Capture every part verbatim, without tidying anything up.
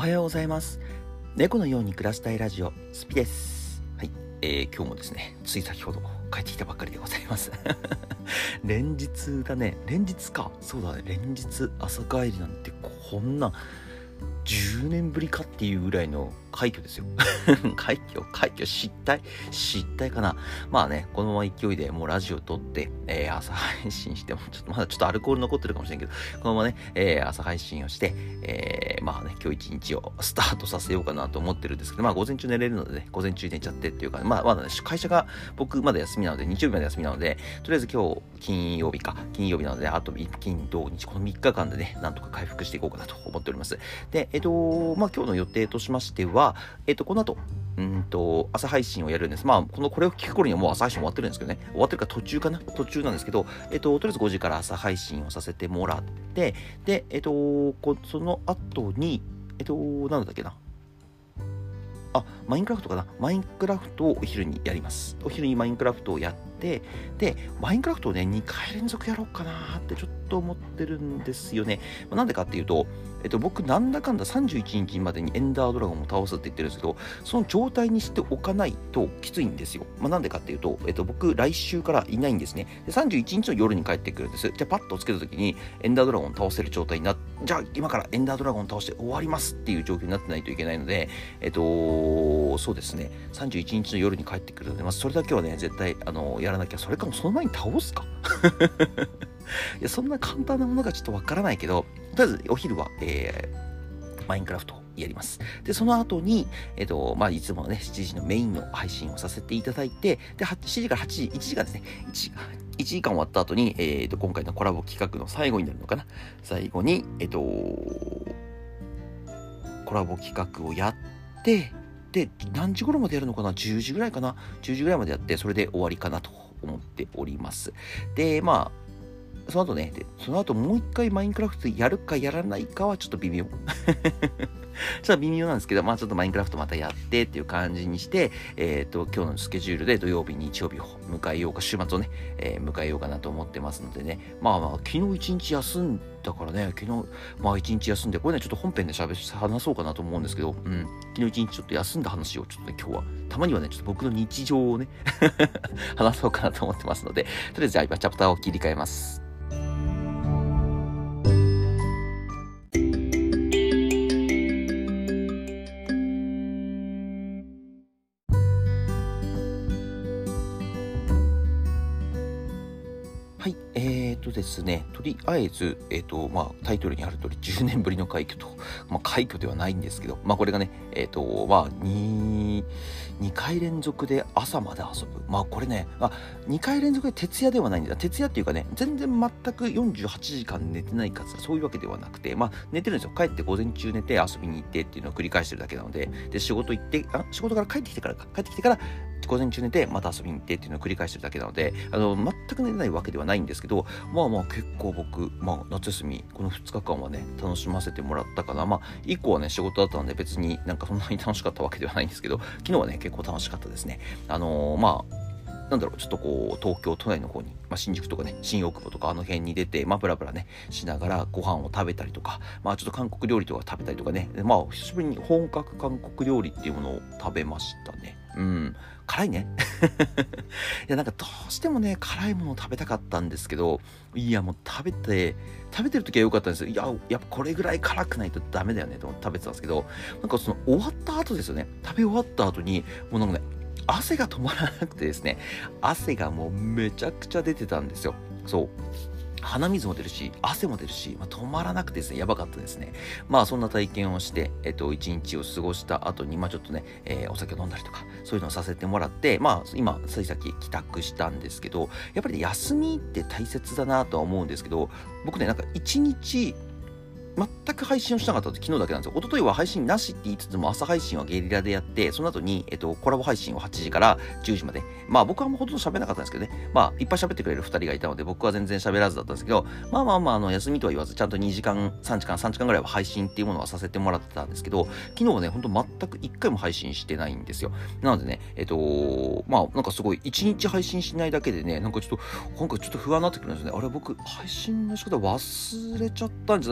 はようございます。猫のように暮らしたいラジオスピです。はい、えー、今日もですねつい先ほど帰ってきたばっかりでございます連日だね連日かそうだね連日朝帰りなんてこんなじゅうねんぶりかっていうぐらいの快挙ですよ快挙快挙失態失態かな。まあねこのまま勢いでもうラジオ撮って、えー、朝配信してもちょっとまだちょっとアルコール残ってるかもしれんけどこのままね、えー、朝配信をして、えー、まあね今日一日をスタートさせようかなと思ってるんですけど、まあ午前中寝れるのでね午前中寝ちゃってっていうかまあまだね会社が僕まだ休みなので日曜日まで休みなのでとりあえず今日金曜日か金曜日なのであと金土日このみっかかんでねなんとか回復していこうかなと思っております。でえっとまあ今日の予定としましてはえっとこの後うんと朝配信をやるんです。まあこのこれを聞く頃にはもう朝配信終わってるんですけどね終わってるか途中かな途中なんですけどえっととりあえずごじから朝配信をさせてもらってでえっとこその後にえっとなんだっけなあマインクラフトかなマインクラフトをお昼にやります。お昼にマインクラフトをやってでマインクラフトをねにかい連続やろうかなってちょっと思ってるんですよね。まあ、なんでかっていうとえっと、僕なんだかんださんじゅういちにちまでにエンダードラゴンを倒すって言ってるんですけどその状態にしておかないときついんですよ。まあ、なんでかっていうと、えっと、僕来週からいないんですね。でさんじゅういちにちの夜に帰ってくるんです。じゃあパッとつけた時にエンダードラゴンを倒せる状態になっじゃあ今からエンダードラゴンを倒して終わりますっていう状況になってないといけないのでえっとそうですねさんじゅういちにちの夜に帰ってくるので、まあ、それだけはね絶対あのやらなきゃ。それかもその前に倒すかいやそんな簡単なものがちょっとわからないけどとりあえずお昼は、えー、マインクラフトをやります。でその後に、えっとまあ、いつものねしちじのメインの配信をさせていただいてでしちじからはちじいちじかんですね 1, いちじかん終わった後に、えー、と今回のコラボ企画の最後になるのかな最後にえっ、とコラボ企画をやってで何時頃までやるのかなじゅうじぐらいかなじゅうじぐらいまでやってそれで終わりかなと思っております。でまあその後ねでその後もう一回マインクラフトやるかやらないかはちょっと微妙ちょっと微妙なんですけどまあちょっとマインクラフトまたやってっていう感じにしてえっ、ー、と今日のスケジュールで土曜日日曜日を迎えようか週末をね、えー、迎えようかなと思ってますのでねまあまあ昨日一日休んだからね昨日まあ一日休んでこれねちょっと本編で喋って話そうかなと思うんですけどうん昨日一日ちょっと休んだ話をちょっとね今日はたまにはねちょっと僕の日常をね話そうかなと思ってますのでとりあえずじゃあ今チャプターを切り替えます。はい、えーとですね、とりあえず、えーと、まあ、タイトルにある通りじゅうねんぶりの快挙と、まあ、快挙ではないんですけど、まあ、これがね、えーと、まあ、に、にかい連続で朝まで遊ぶ。まあ、これね、あ、にかい連続で徹夜ではないんだ。徹夜っていうかね、全然全くよんじゅうはちじかん寝てないかつそういうわけではなくて、まあ、寝てるんですよ。帰って午前中寝て遊びに行ってっていうのを繰り返してるだけなので、で、仕事行って、あ、仕事から帰ってきてからか、帰ってきてから、午前中寝てまた遊びに行ってっていうのを繰り返してるだけなのであの全く寝れないわけではないんですけどまあまあ結構僕、まあ、夏休みこのふつかかんはね楽しませてもらったかな。まあいっこはね仕事だったので別になんかそんなに楽しかったわけではないんですけど昨日はね結構楽しかったですね。あのー、まあなんだろうちょっとこう東京都内の方に、まあ、新宿とかね新大久保とかあの辺に出てまあブラブラねしながらご飯を食べたりとかまあちょっと韓国料理とか食べたりとかねまあ久しぶりに本格韓国料理っていうものを食べましたね。うん辛いねいやなんかどうしてもね辛いものを食べたかったんですけどいやもう食べて食べてる時は良かったんですよ。いややっぱこれぐらい辛くないとダメだよねと思って食べてたんですけどなんかその終わった後ですよね食べ終わった後にもうなんかね汗が止まらなくてですね汗がもうめちゃくちゃ出てたんですよ。そう鼻水も出るし汗も出るし、まあ、止まらなくてですねやばかったですね。まあそんな体験をしてえっと一日を過ごした後にまあちょっとね、えー、お酒飲んだりとかそういうのをさせてもらってまあ今つい先帰宅したんですけどやっぱり、ね、休みって大切だなとは思うんですけど僕ねなんか一日全く配信をしなかったって昨日だけなんですよ。一昨日は配信なしって言いつつも朝配信はゲリラでやってその後に、えっと、コラボ配信をはちじからじゅうじまでまあ僕はもうほとんど喋らなかったんですけどねまあいっぱい喋ってくれるふたりがいたので僕は全然喋らずだったんですけどまあまあまああの休みとは言わずちゃんとにじかんさんじかんさんじかんぐらいは配信っていうものはさせてもらってたんですけど昨日はねほんと全くいっかいも配信してないんですよ。なのでねえっとまあなんかすごいいちにち配信しないだけでねなんかちょっとなんかちょっと不安になってくるんですよね。あれ僕配信の仕方忘れちゃったんじゃないかなって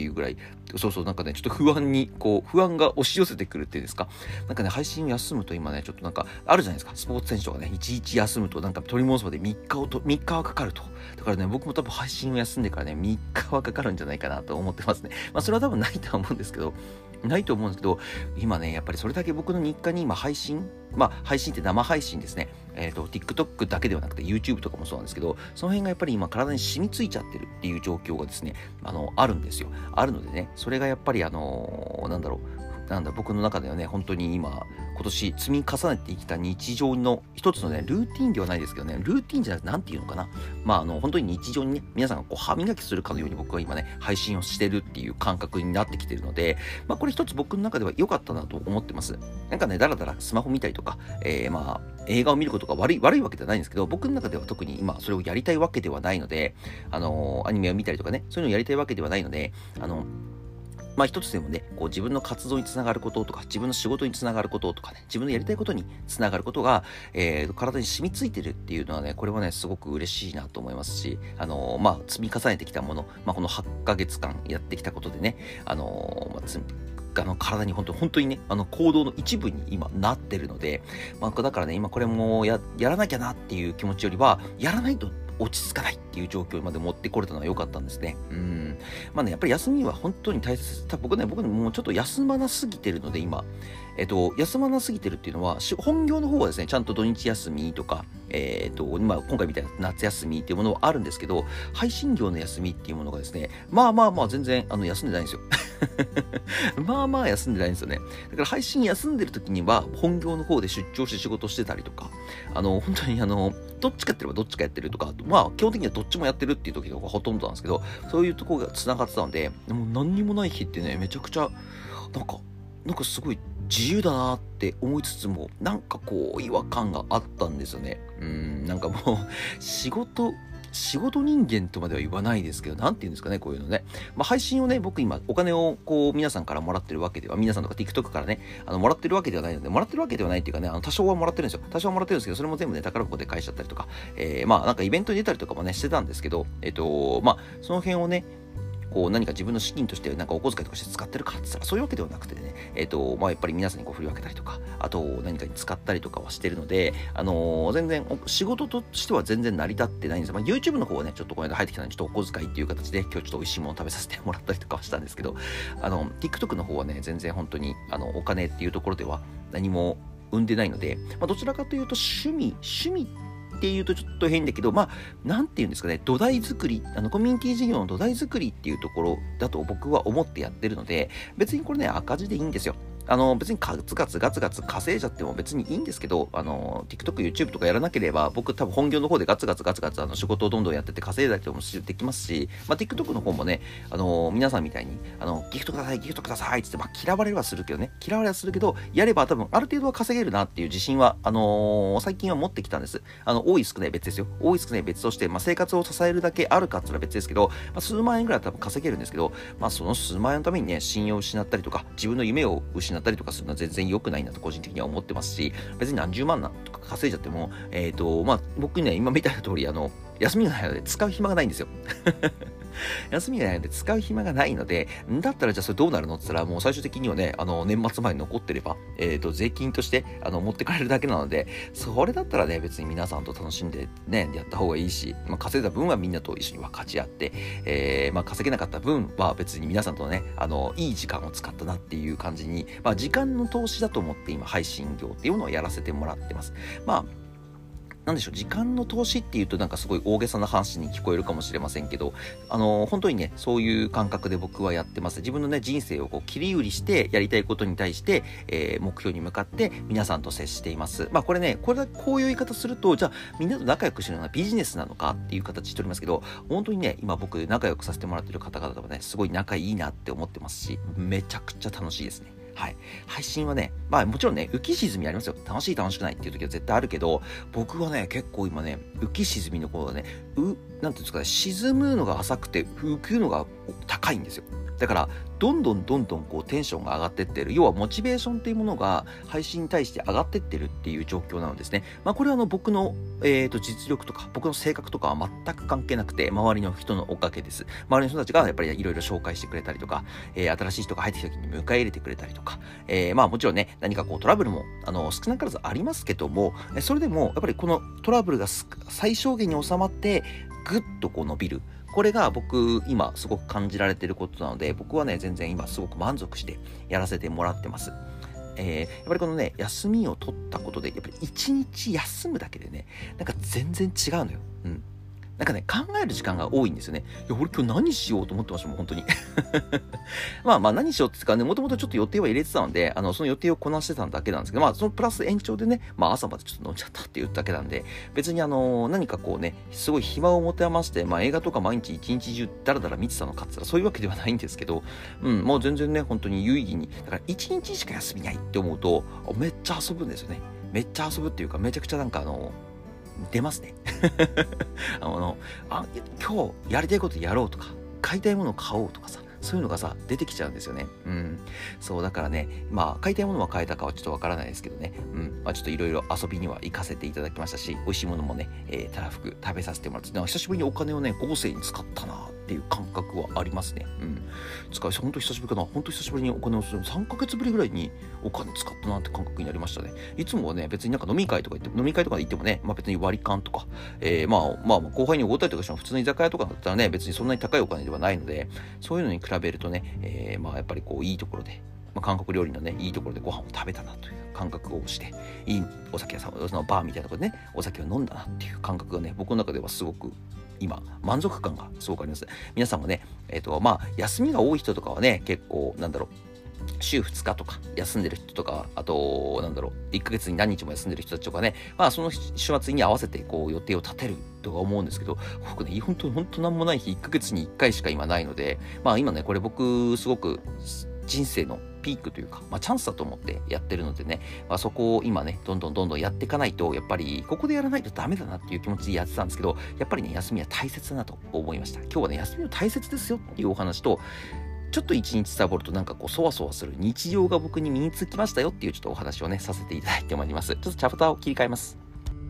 いうぐらい、そうそう、なんかね、ちょっと不安に、こう、不安が押し寄せてくるっていうんですか。なんかね、配信を休むと今ね、ちょっとなんか、あるじゃないですか。スポーツ選手とかね、いちにち休むと、なんか取り戻すまでみっかをと、みっかはかかると。だからね、僕も多分配信を休んでからね、みっかはかかるんじゃないかなと思ってますね。まあ、それは多分ないとは思うんですけど、ないと思うんですけど、今ね、やっぱりそれだけ僕の日課に今配信、まあ配信って生配信ですね。えっと、TikTok だけではなくて YouTube とかもそうなんですけど、その辺がやっぱり今体に染みついちゃってるっていう状況がですね、あの、あるんですよ。あるのでね、それがやっぱりあのーなんだろう、なんだ、僕の中ではね、本当に今、今年積み重ねてきた日常の一つのね、ルーティンではないですけどね、ルーティンじゃなくて、なんていうのかな。まあ、あの、本当に日常にね、皆さんがこう歯磨きするかのように僕は今ね、配信をしてるっていう感覚になってきてるので、まあ、これ一つ僕の中では良かったなと思ってます。なんかね、だらだらスマホ見たりとか、えー、まあ、映画を見ることが悪い、悪いわけではないんですけど、僕の中では特に今、それをやりたいわけではないので、あのー、アニメを見たりとかね、そういうのをやりたいわけではないので、あの、まあ一つでもね、こう自分の活動につながることとか、自分の仕事につながることとかね、自分のやりたいことにつながることが、えー、体に染みついてるっていうのはね、これはね、すごく嬉しいなと思いますし、あのー、まあ積み重ねてきたもの、まあこのはちかげつかんやってきたことでね、あのー、まあつあの体に本当に本当にね、あの行動の一部に今なってるので、まあだからね、今これもや、やらなきゃなっていう気持ちよりは、やらないと落ち着かないっていう状況まで持ってこれたのは良かったんですね。うん。まあね、やっぱり休みは本当に大切。た僕ね、僕ね、もうちょっと休まなすぎてるので、今。えっと、休まなすぎてるっていうのは、本業の方はですね、ちゃんと土日休みとか、えっと、まあ、今回みたいな夏休みっていうものはあるんですけど、配信業の休みっていうものがですね、まあまあまあ全然、あの、休んでないんですよ。まあまあ休んでないんですよね。だから配信休んでる時には、本業の方で出張して仕事してたりとか、あの、本当にあの、どっちかやってればどっちかやってるとか、まあ、基本的にはどっちもやってるっていう時がほとんどなんですけど、そういうところが繋がってたので、もう何にもない日ってね、めちゃくちゃ、なんか、なんかすごい自由だなって思いつつも、なんかこう、違和感があったんですよね。うーん、なんかもう、仕事、仕事人間とまでは言わないですけど、なんて言うんですかね、こういうのね。まあ、配信をね、僕今、お金をこう、皆さんからもらってるわけでは、皆さんとか TikTok からね、あの、もらってるわけではないので、もらってるわけではないっていうかね、あの、多少はもらってるんですよ。多少はもらってるんですけど、それも全部ね、宝箱で返しちゃったりとか、えー、まあ、なんかイベントに出たりとかもね、してたんですけど、えっと、まあ、その辺をね、こう何か自分の資金としてなんかお小遣いとかして使ってるかって言ったらそういうわけではなくてね、えっと、まあやっぱり皆さんにこう振り分けたりとか、あと何かに使ったりとかはしてるので、あのー、全然仕事としては全然成り立ってないんですよ。まあ YouTube の方はね、ちょっとこの間入ってきたので、ちょっとお小遣いっていう形で今日ちょっと美味しいものを食べさせてもらったりとかはしたんですけど、あの、TikTok の方はね、全然本当にあの、お金っていうところでは何も生んでないので、まあどちらかというと趣味、趣味っていうとちょっと変だけど、まあ、なんていうんですかね、土台作り、あの、コミュニティ事業の土台作りっていうところだと僕は思ってやってるので、別にこれね、赤字でいいんですよ。あの、別にガツガツガツガツ稼いじゃっても別にいいんですけど、あの、TikTok、YouTube とかやらなければ、僕多分本業の方でガツガツガツガツあの仕事をどんどんやってて稼いだりとかもできますし、まあ、TikTok の方もね、あの、皆さんみたいに、あの、ギフトください、ギフトくださいってって、まあ、嫌われはするけどね、嫌われはするけど、やれば多分ある程度は稼げるなっていう自信は、あのー、最近は持ってきたんです。あの、多い少ない別ですよ。多い少ない別として、まあ、生活を支えるだけあるかっていうのは別ですけど、まあ、数万円ぐらいは多分稼げるんですけど、まあ、その数万円のためにね、信用を失ったりとか、自分の夢を失ったりとかするのは全然良くないなと個人的には思ってますし、別に何十万なんとか稼いじゃっても、えっと、まあ、僕ね、今みたいな通り、あの、休みがないので使う暇がないんですよ。休みがないので使う暇がないので、だったらじゃあそれどうなるのって言ったら、もう最終的にはね、あの、年末前に残ってれば、えっと、税金として、あの、持ってかれるだけなので、それだったらね、別に皆さんと楽しんでね、やった方がいいし、まあ、稼いだ分はみんなと一緒に分かち合って、えー、まあ、稼げなかった分は別に皆さんとね、あの、いい時間を使ったなっていう感じに、まあ、時間の投資だと思って今、配信業っていうのをやらせてもらってます。まあ、なんでしょう、時間の投資っていうとなんかすごい大げさな話に聞こえるかもしれませんけど、あのー、本当にね、そういう感覚で僕はやってます。自分のね、人生をこう切り売りしてやりたいことに対して、えー、目標に向かって皆さんと接しています。まあこれね、これだこういう言い方すると、じゃあみんなと仲良くするのはビジネスなのかっていう形しておりますけど、本当にね、今僕仲良くさせてもらってる方々はね、すごい仲いいなって思ってますし、めちゃくちゃ楽しいですね。はい。配信はね、まあもちろんね、浮き沈みありますよ。楽しい楽しくないっていう時は絶対あるけど、僕はね、結構今ね、浮き沈みの方がね、う、なんていうんですかね、沈むのが浅くて、浮くのが高いんですよ。 だからどんどんどんどんこうテンションが上がってってる、要はモチベーションっていうものが配信に対して上がってってるっていう状況なのですね。まあこれはあの僕の、えー、と実力とか僕の性格とかは全く関係なくて、周りの人のおかげです。周りの人たちがやっぱりいろいろ紹介してくれたりとか、えー、新しい人が入ってきた時に迎え入れてくれたりとか、えー、まあもちろんね、何かこうトラブルもあの少なからずありますけども、それでもやっぱりこのトラブルが最小限に収まってぐっとこう伸びる、これが僕今すごく感じられていることなので、僕はね全然今すごく満足してやらせてもらってます。えー、やっぱりこのね休みを取ったことで、やっぱり一日休むだけでね、なんか全然違うのよ。うん。なんかね、考える時間が多いんですよね。いや、俺今日何しようと思ってましたもん、本当に。まあまあ何しようっていうかね、もともとちょっと予定は入れてたので、あの、その予定をこなしてただけなんですけど、まあそのプラス延長でね、まあ朝までちょっと飲んじゃったっていうだけなんで、別にあの、何かこうね、すごい暇を持て余して、まあ映画とか毎日一日中ダラダラ見てたのかって言ったらそういうわけではないんですけど、うん、もう全然ね、本当に有意義に、だから一日しか休みないって思うと、めっちゃ遊ぶんですよね。めっちゃ遊ぶっていうか、めちゃくちゃなんかあの、出ますね。あのあ今日やりたいことやろうとか、買いたいものを買おうとかさ、そういうのがさ出てきちゃうんですよね。うん。そうだからね、まあ買いたいものは買えたかはちょっとわからないですけどね。うん。まあちょっといろいろ遊びには行かせていただきましたし、美味しいものもね、えー、たらふく食べさせてもらって、なんか久しぶりにお金をね豪勢に使ったなっていう感覚はありますね。うん。使い本当久しぶりかな。本当久しぶりにお金をするさんかげつぶりぐらいにお金使ったなって感覚になりましたね。いつもはね別になんか飲み会とか行って飲み会とかで行ってもね、まあ別に割り勘とか、えー、まあまあ後輩におごったりとかしても普通の居酒屋とかだったらね別にそんなに高いお金ではないので、そういうのに比べるとね、えー、まあやっぱりこういいところで、まあ、韓国料理のねいいところでご飯を食べたなという感覚をして、いいお酒屋さんそのバーみたいなところでねお酒を飲んだなっていう感覚がね僕の中ではすごく今満足感がすごくあります。皆さんもね、えっとまあ休みが多い人とかはね結構なんだろう週ふつかとか休んでる人とか、あとなんだろういっかげつに何日も休んでる人たちとかね、まあその週末に合わせてこう予定を立てるとか思うんですけど、僕ね本当に本当なんもない日いっかげつにいっかいしか今ないので、まあ今ねこれ僕すごく人生のピークというか、まあ、チャンスだと思ってやってるのでね、まあ、そこを今ねどんどんどんどんやっていかないと、やっぱりここでやらないとダメだなっていう気持ちでやってたんですけど、やっぱりね休みは大切だなと思いました。今日はね休みは大切ですよっていうお話と、ちょっと一日サボるとなんかこうそわそわする日常が僕に身につきましたよっていうちょっとお話をねさせていただいてまいります。ちょっとチャプターを切り替えます。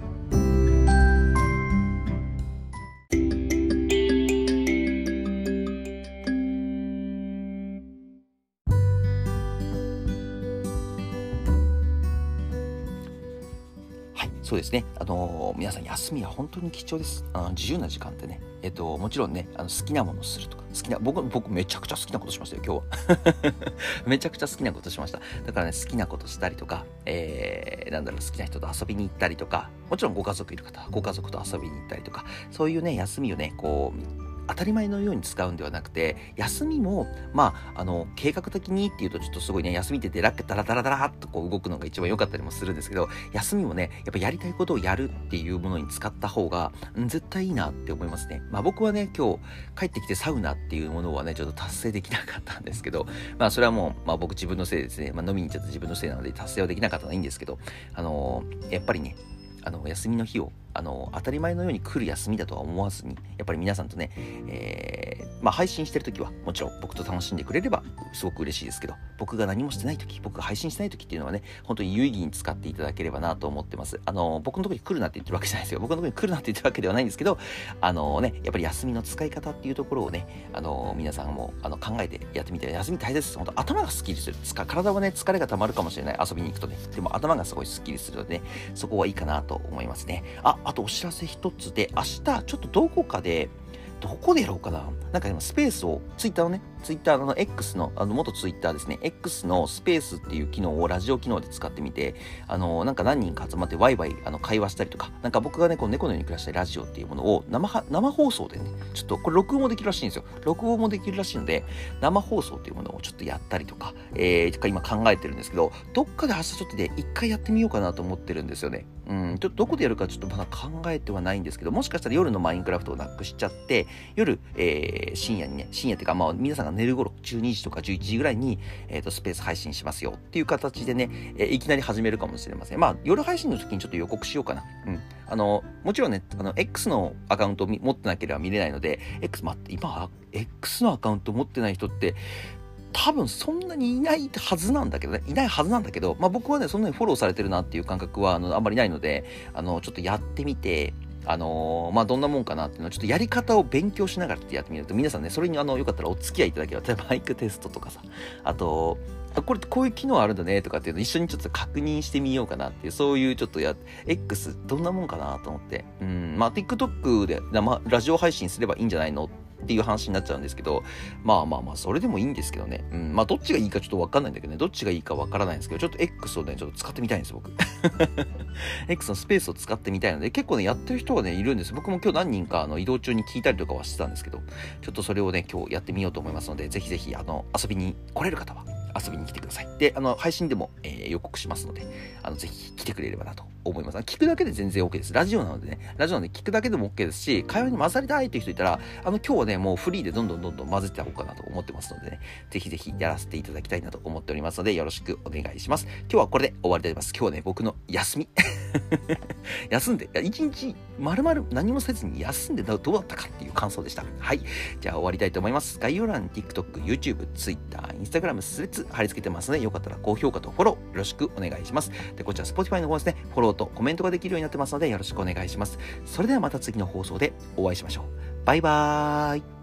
そうですね。あのー、皆さん休みは本当に貴重です。あの自由な時間ってね、えっともちろんね、あの好きなものをするとか、好きな僕僕めちゃくちゃ好きなことしましたよ今日は。めちゃくちゃ好きなことしました。だからね好きなことしたりとか、えー、なんだろう好きな人と遊びに行ったりとか、もちろんご家族いる方はご家族と遊びに行ったりとか、そういうね休みをねこう当たり前のように使うんではなくて、休みもまああの計画的にっていうとちょっとすごいね休みってデラッダラダラダラっとこう動くのが一番良かったりもするんですけど、休みもねやっぱやりたいことをやるっていうものに使った方が、うん、絶対いいなって思いますね。まあ僕はね今日帰ってきてサウナっていうものはねちょっと達成できなかったんですけど、まあそれはもう、まあ、僕自分のせいですね、まあ、飲みに行っちゃった自分のせいなので達成はできなかったのはいいんですけど、あのー、やっぱりねあの休みの日をあの当たり前のように来る休みだとは思わずに、やっぱり皆さんとね、えー、まあ配信してる時はもちろん僕と楽しんでくれればすごく嬉しいですけど、僕が何もしてない時、僕が配信してない時っていうのはね本当に有意義に使っていただければなと思ってます。あの僕のところに来るなって言ってるわけじゃないですよ。僕のところに来るなって言ってるわけではないんですけど、あのねやっぱり休みの使い方っていうところをね、あの皆さんもあの考えてやってみて、休み大切です。本当頭がスッキリする。体はね疲れがたまるかもしれない、遊びに行くとね、でも頭がすごいスッキリするので、ね、そこはいいかなと思いますね。あ、あとお知らせ一つで、明日ちょっとどこかでどこでやろうかな。なんか今スペースをツイッターのね、ツイッターの X のあの元ツイッターですね、X のスペースっていう機能をラジオ機能で使ってみて、あのなんか何人か集まってワイワイあの会話したりとか、なんか僕がねこう猫のように暮らしたいラジオっていうものを生は生放送でね、ちょっとこれ録音もできるらしいんですよ。録音もできるらしいので、生放送っていうものをちょっとやったりとか、えー、とか今考えてるんですけど、どっかで明日ちょっとね一回やってみようかなと思ってるんですよね。うん、ちょっとどこでやるかちょっとまだ考えてはないんですけど、もしかしたら夜のマインクラフトをなくしちゃって、夜、えー、深夜にね、深夜っていうかまあ皆さんがが寝る頃、じゅうにじとかじゅういちじぐらいに、えっと、スペース配信しますよっていう形でね、えー、いきなり始めるかもしれません。まあ、夜配信の時にちょっと予告しようかな。うん。あの、もちろんね、あの、X のアカウントを持ってなければ見れないので、X、待って、今、X のアカウント持ってない人って、多分そんなにいないはずなんだけどね、いないはずなんだけど、まあ僕はね、そんなにフォローされてるなっていう感覚は、あの、あんまりないので、あの、ちょっとやってみて、あのー、まあどんなもんかなっていうのをちょっとやり方を勉強しながらってやってみると、皆さんね、それにあの、よかったらお付き合いいただければ、例えばマイクテストとかさ、あと、あこれこういう機能あるんだねとかっていうのを一緒にちょっと確認してみようかなっていう、そういうちょっとや、X どんなもんかなと思って、うん、まあ TikTok で生ラジオ配信すればいいんじゃないのっていう話になっちゃうんですけど、まあまあまあ、それでもいいんですけどね。うん、まあ、どっちがいいかちょっとわかんないんだけどね。どっちがいいかわからないんですけど、ちょっと X をね、ちょっと使ってみたいんですよ、僕。X のスペースを使ってみたいので、結構ね、やってる人がね、いるんです。僕も今日何人かあの移動中に聞いたりとかはしてたんですけど、ちょっとそれをね、今日やってみようと思いますので、ぜひぜひ、あの、遊びに来れる方は、遊びに来てください。で、あの、配信でも、えー、予告しますので、あの、ぜひ来てくれればなと思います。聞くだけで全然 OK です。ラジオなのでね、ラジオなので聞くだけでも OK ですし、会話に混ざりたいっていう人いたら、あの、今日はね、もうフリーでどんどんどんどん混ぜていこうかなと思ってますのでね、ぜひぜひやらせていただきたいなと思っておりますので、よろしくお願いします。今日はこれで終わりであります。今日はね、僕の休み。休んで、一日丸々何もせずに休んでどうだったかっていう感想でした。はい。じゃあ終わりたいと思います。概要欄に TikTok、YouTube、Twitter、Instagram、スレッズ貼り付けてますので、よかったら高評価とフォローよろしくお願いします。で、こちら Spotify の方ですね、フォローとコメントができるようになってますので、よろしくお願いします。それではまた次の放送でお会いしましょう。バイバーイ。